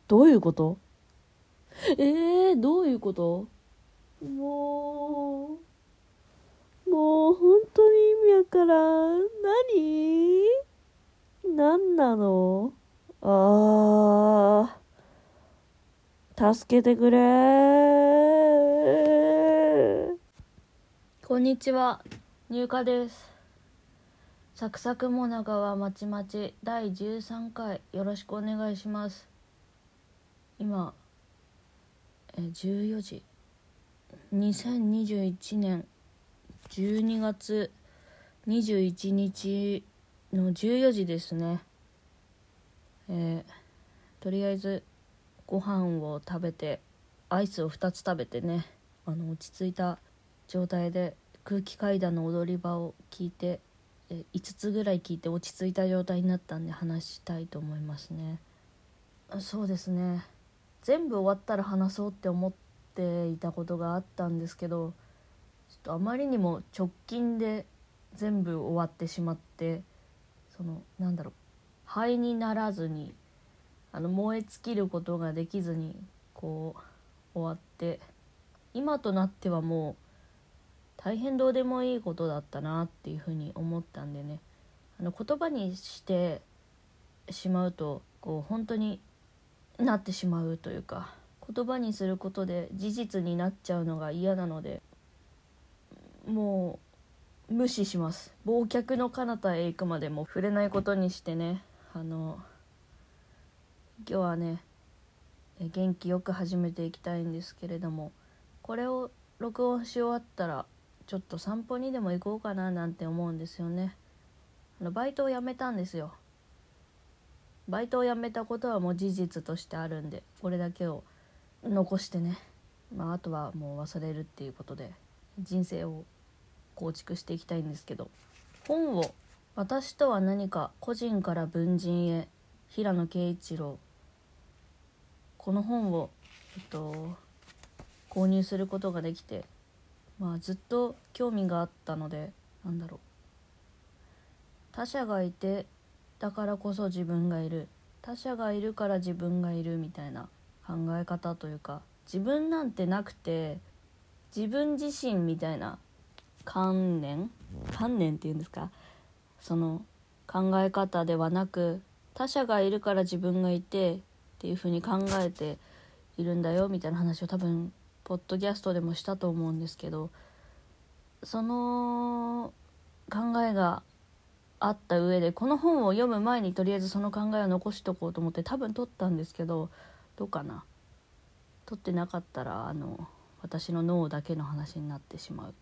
どういうこと？どういうこと？もう本当に意味わからん。何なの？あ助けてくれ。こんにちは、入荷です。サクサクもなかはまちまち第13回よろしくお願いします。今14時、2021年12月21日の14時ですね。とりあえずご飯を食べてアイスを2つ食べてね、落ち着いた状態で空気階段の踊り場を聞いて、5つぐらい聞いて落ち着いた状態になったんで話したいと思いますね。そうですね、全部終わったら話そうって思っていたことがあったんですけど、ちょっとあまりにも直近で全部終わってしまって、灰にならずに燃え尽きることができずにこう終わって、今となってはもう大変どうでもいいことだったなっていうふうに思ったんでね、言葉にしてしまうと本当になってしまうというか、言葉にすることで事実になっちゃうのが嫌なので、もう無視します。忘却の彼方へ行くまでも触れないことにしてね、今日はね元気よく始めていきたいんですけれども、これを録音し終わったらちょっと散歩にでも行こうかななんて思うんですよね。バイトを辞めたんですよ。バイトを辞めたことはもう事実としてあるんで、これだけを残してね、あとはもう忘れるっていうことで人生を構築していきたいんですけど、本を私とは何か、個人から文人へ、平野啓一郎、この本を、購入することができて、ずっと興味があったので、他者がいてだからこそ自分がいる、他者がいるから自分がいるみたいな考え方というか、自分なんてなくて自分自身みたいな観念っていうんですか、その考え方ではなく、他者がいるから自分がいてっていう風に考えているんだよみたいな話を多分ポッドキャストでもしたと思うんですけど、その考えがあった上で、この本を読む前にとりあえずその考えを残しとこうと思って多分撮ったんですけど、どうかな、撮ってなかったら私の脳だけの話になってしまう。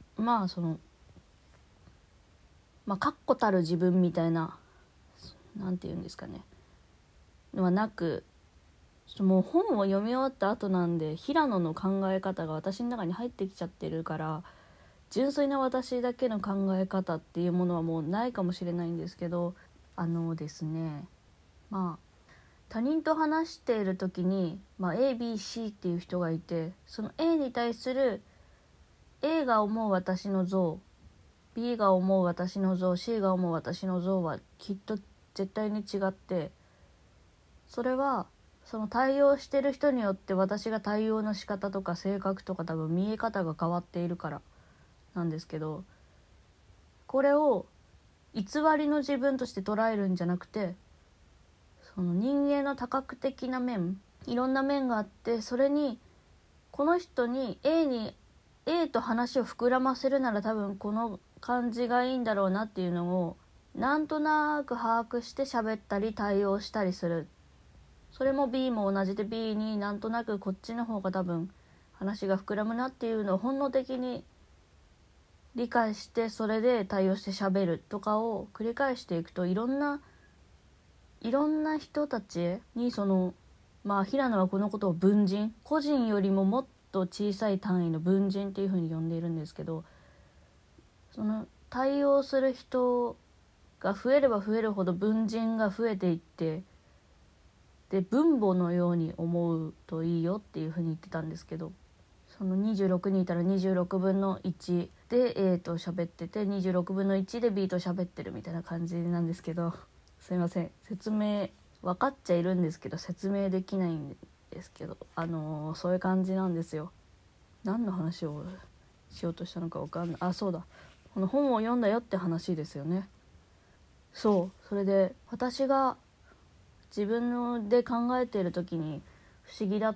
確固たる自分みたいな、なんていうんですかね、はなく、もう本を読み終わった後なんで、平野の考え方が私の中に入ってきちゃってるから、純粋な私だけの考え方っていうものはもうないかもしれないんですけど、ですね、他人と話している時に、ABC っていう人がいて、その A に対する A が思う私の像、B が思う私の像、C が思う私の像はきっと絶対に違って、それはその対応してる人によって私が対応の仕方とか性格とか多分見え方が変わっているからなんですけど、これを偽りの自分として捉えるんじゃなくて、その人間の多角的な面、いろんな面があって、それにこの人に A と話を膨らませるなら多分この感じがいいんだろうなっていうのをなんとなく把握して喋ったり対応したりする。それも B も同じで、 B になんとなくこっちの方が多分話が膨らむなっていうのを本能的に理解して、それで対応して喋るとかを繰り返していくと、いろんな人たちに平野はこのことを文人、個人よりももっと小さい単位の文人っていう風に呼んでいるんですけど、その対応する人が増えれば増えるほど文人が増えていって、で分母のように思うといいよっていう風に言ってたんですけど、その26人いたら26分の1で A と喋ってて、26分の1で B と喋ってるみたいな感じなんですけど、すいません、説明分かっちゃいるんですけど説明できないんですけど、そういう感じなんですよ。何の話をしようとしたのか分かんない。あ、そうだ、この本を読んだよって話ですよね。そう、それで私が自分で考えている時に不思議だった、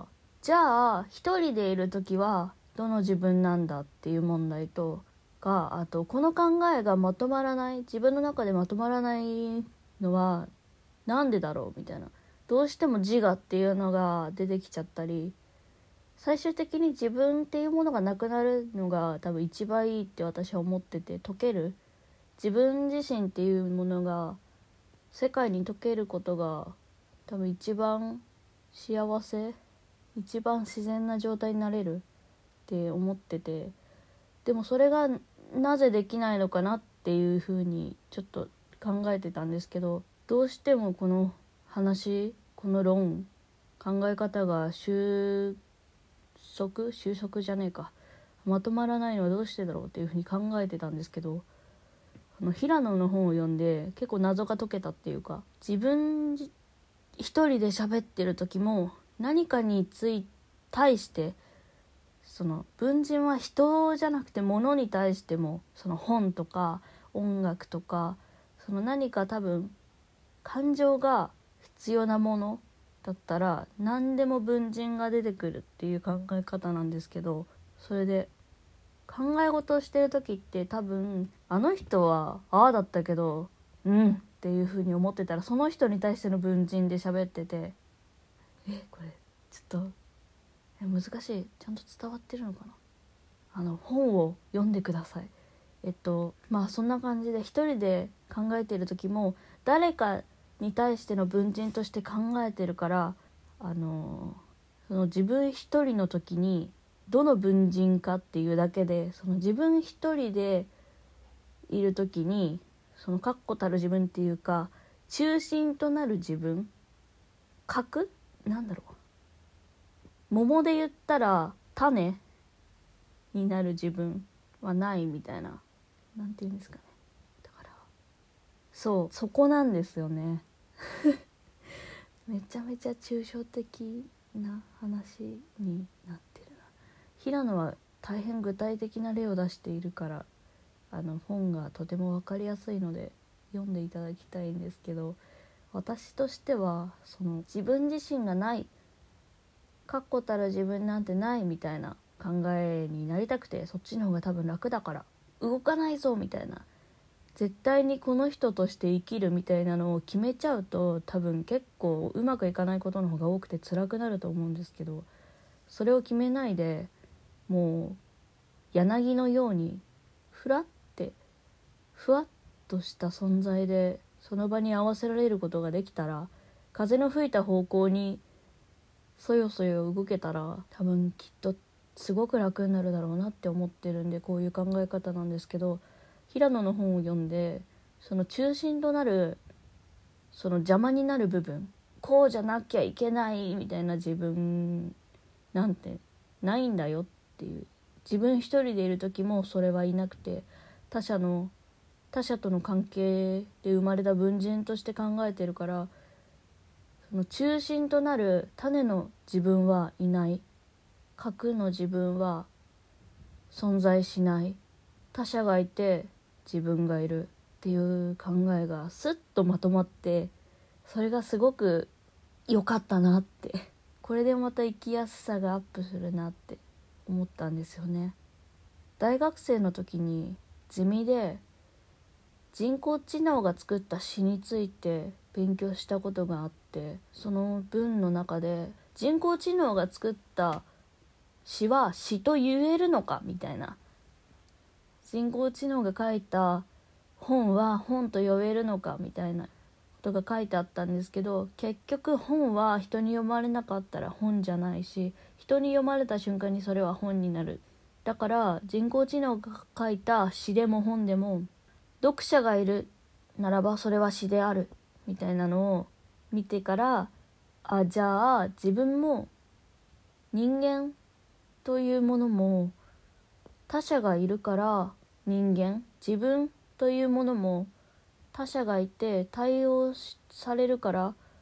じゃあ一人でいる時はどの自分なんだっていう問題とか、あとこの考えがまとまらない、自分の中でまとまらないのはなんでだろうみたいな、どうしても自我っていうのが出てきちゃったり、最終的に自分っていうものがなくなるのが多分一番いいって私は思ってて、解ける自分自身っていうものが世界に溶けることが多分一番幸せ、一番自然な状態になれるって思ってて、でもそれがなぜできないのかなっていうふうにちょっと考えてたんですけど、どうしてもこの話、この論、考え方が収束じゃねえか、まとまらないのはどうしてだろうっていうふうに考えてたんですけど、平野の本を読んで結構謎が解けたっていうか、自分一人で喋ってる時も何かに対して、その文人は人じゃなくて物に対しても、その本とか音楽とか、その何か多分感情が必要なものだったら何でも文人が出てくるっていう考え方なんですけど、それで考え事をしてる時って多分あの人はああだったけどっていう風に思ってたら、その人に対しての文人で喋ってて、これちょっと難しい、ちゃんと伝わってるのかな、本を読んでください。まあそんな感じで一人で考えている時も誰かに対しての文人として考えてるから、その自分一人の時にどの文人かっていうだけで、その自分一人でいる時にその確固たる自分っていうか、中心となる自分、なんだろう、桃で言ったら種になる自分はないみたいな、なんていうんですかね。だからそこなんですよねめちゃめちゃ抽象的な話になってるな。平野は大変具体的な例を出しているから、本がとても分かりやすいので読んでいただきたいんですけど、私としてはその自分自身がない、確固たる自分なんてないみたいな考えになりたくて、そっちの方が多分楽だから動かないぞみたいな、絶対にこの人として生きるみたいなのを決めちゃうと、多分結構うまくいかないことの方が多くて辛くなると思うんですけど、それを決めないで、もう柳のようにふわっとした存在でその場に合わせられることができたら、風の吹いた方向にそよそよ動けたら多分きっとすごく楽になるだろうなって思ってるんで、こういう考え方なんですけど、平野の本を読んで、その中心となる、その邪魔になる部分、こうじゃなきゃいけないみたいな自分なんてないんだよっていう、自分一人でいる時もそれはいなくて、他者との関係で生まれた文人として考えてるから、その中心となる種の自分はいない、核の自分は存在しない、他者がいて自分がいるっていう考えがスッとまとまって、それがすごく良かったなって、これでまた生きやすさがアップするなって思ったんですよね。大学生の時にゼミで人工知能が作った詩について勉強したことがあって、その文の中で人工知能が作った詩は詩と言えるのかみたいな、人工知能が書いた本は本と呼べるのかみたいなことが書いてあったんですけど、結局本は人に読まれなかったら本じゃないし、人に読まれた瞬間にそれは本になる。だから人工知能が書いた詩でも本でも、読者がいるならばそれは詩であるみたいなのを見てから、じゃあ自分も人間というものも他者がいるから人間、自分というものも他者がいて対応されるから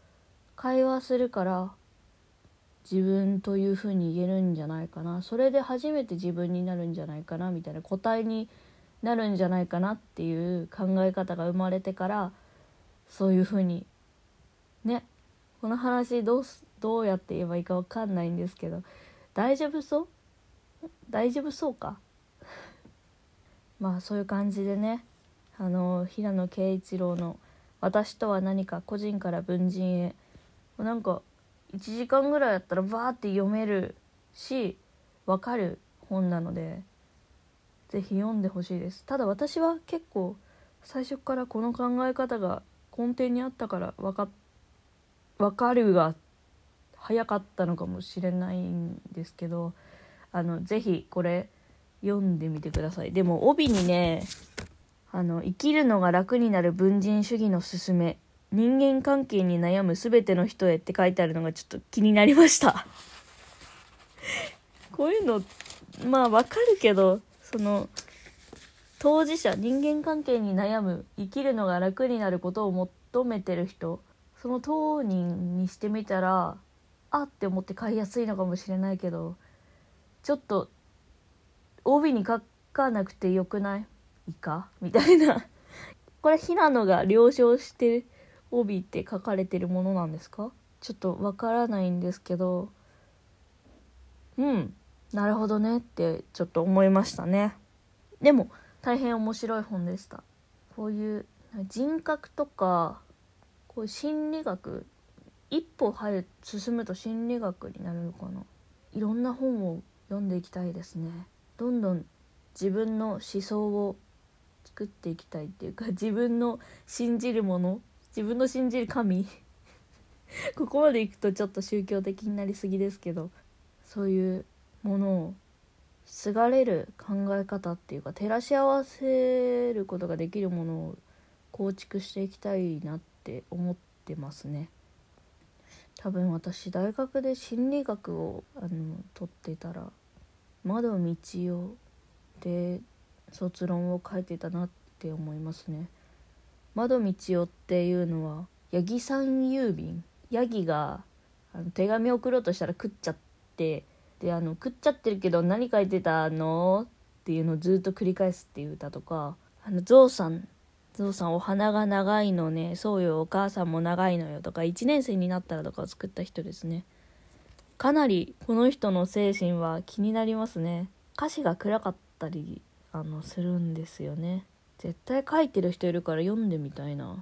会話するから自分というふうに言えるんじゃないかな、それで初めて自分になるんじゃないかなみたいな、答えになるんじゃないかなっていう考え方が生まれてから、そういうふうにね、この話どうやって言えばいいか分かんないんですけど、大丈夫そうかまあそういう感じでね、平野啓一郎の私とは何か、個人から文人へ、なんか1時間ぐらいやったらバーって読めるし分かる本なので、ぜひ読んでほしいです。ただ私は結構最初からこの考え方が根底にあったから分かるが早かったのかもしれないんですけど、ぜひこれ読んでみてください。でも帯にね、生きるのが楽になる文人主義のすすめ、人間関係に悩むすべての人へって書いてあるのがちょっと気になりましたこういうのまあわかるけど、その当事者、人間関係に悩む、生きるのが楽になることを求めてる人、その当人にしてみたらあって思って買いやすいのかもしれないけど、ちょっと帯に書かなくてよくないいいかみたいなこれ平野が了承して帯って書かれてるものなんですか？ちょっとわからないんですけど、なるほどねってちょっと思いましたね。でも大変面白い本でした。こういう人格とか、こういう心理学、一歩進むと心理学になるのかな。いろんな本を読んでいきたいですね。どんどん自分の思想を作っていきたいっていうか、自分の信じるもの、自分の信じる神ここまでいくとちょっと宗教的になりすぎですけど、そういうものをすがれる考え方っていうか、照らし合わせることができるものを構築していきたいなって思ってますね。多分私大学で心理学を取ってたら、窓道夫で卒論を書いてたなって思いますね。窓道夫っていうのはヤギさん郵便、ヤギが手紙を送ろうとしたら食っちゃって、で食っちゃってるけど何書いてたのっていうのをずっと繰り返すっていう歌とか、ゾウさんお花が長いのね、そうよお母さんも長いのよとか、1年生になったらとかを作った人ですね。かなりこの人の精神は気になりますね。歌詞が暗かったりするんですよね。絶対書いてる人いるから読んでみたいな。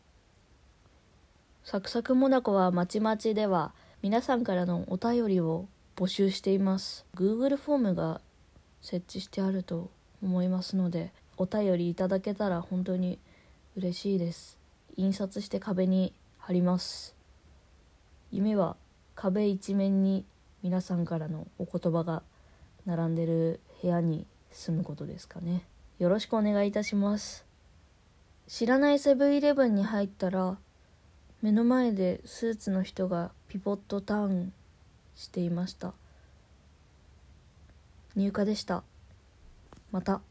サクサクモナコはまちまちでは皆さんからのお便りを募集しています。 Google フォームが設置してあると思いますので、お便りいただけたら本当に嬉しいです。印刷して壁に貼ります。夢は壁一面に皆さんからのお言葉が並んでる部屋に住むことですかね。よろしくお願いいたします。知らないセブンイレブンに入ったら、目の前でスーツの人がピボットターンしていました。入荷でした。また。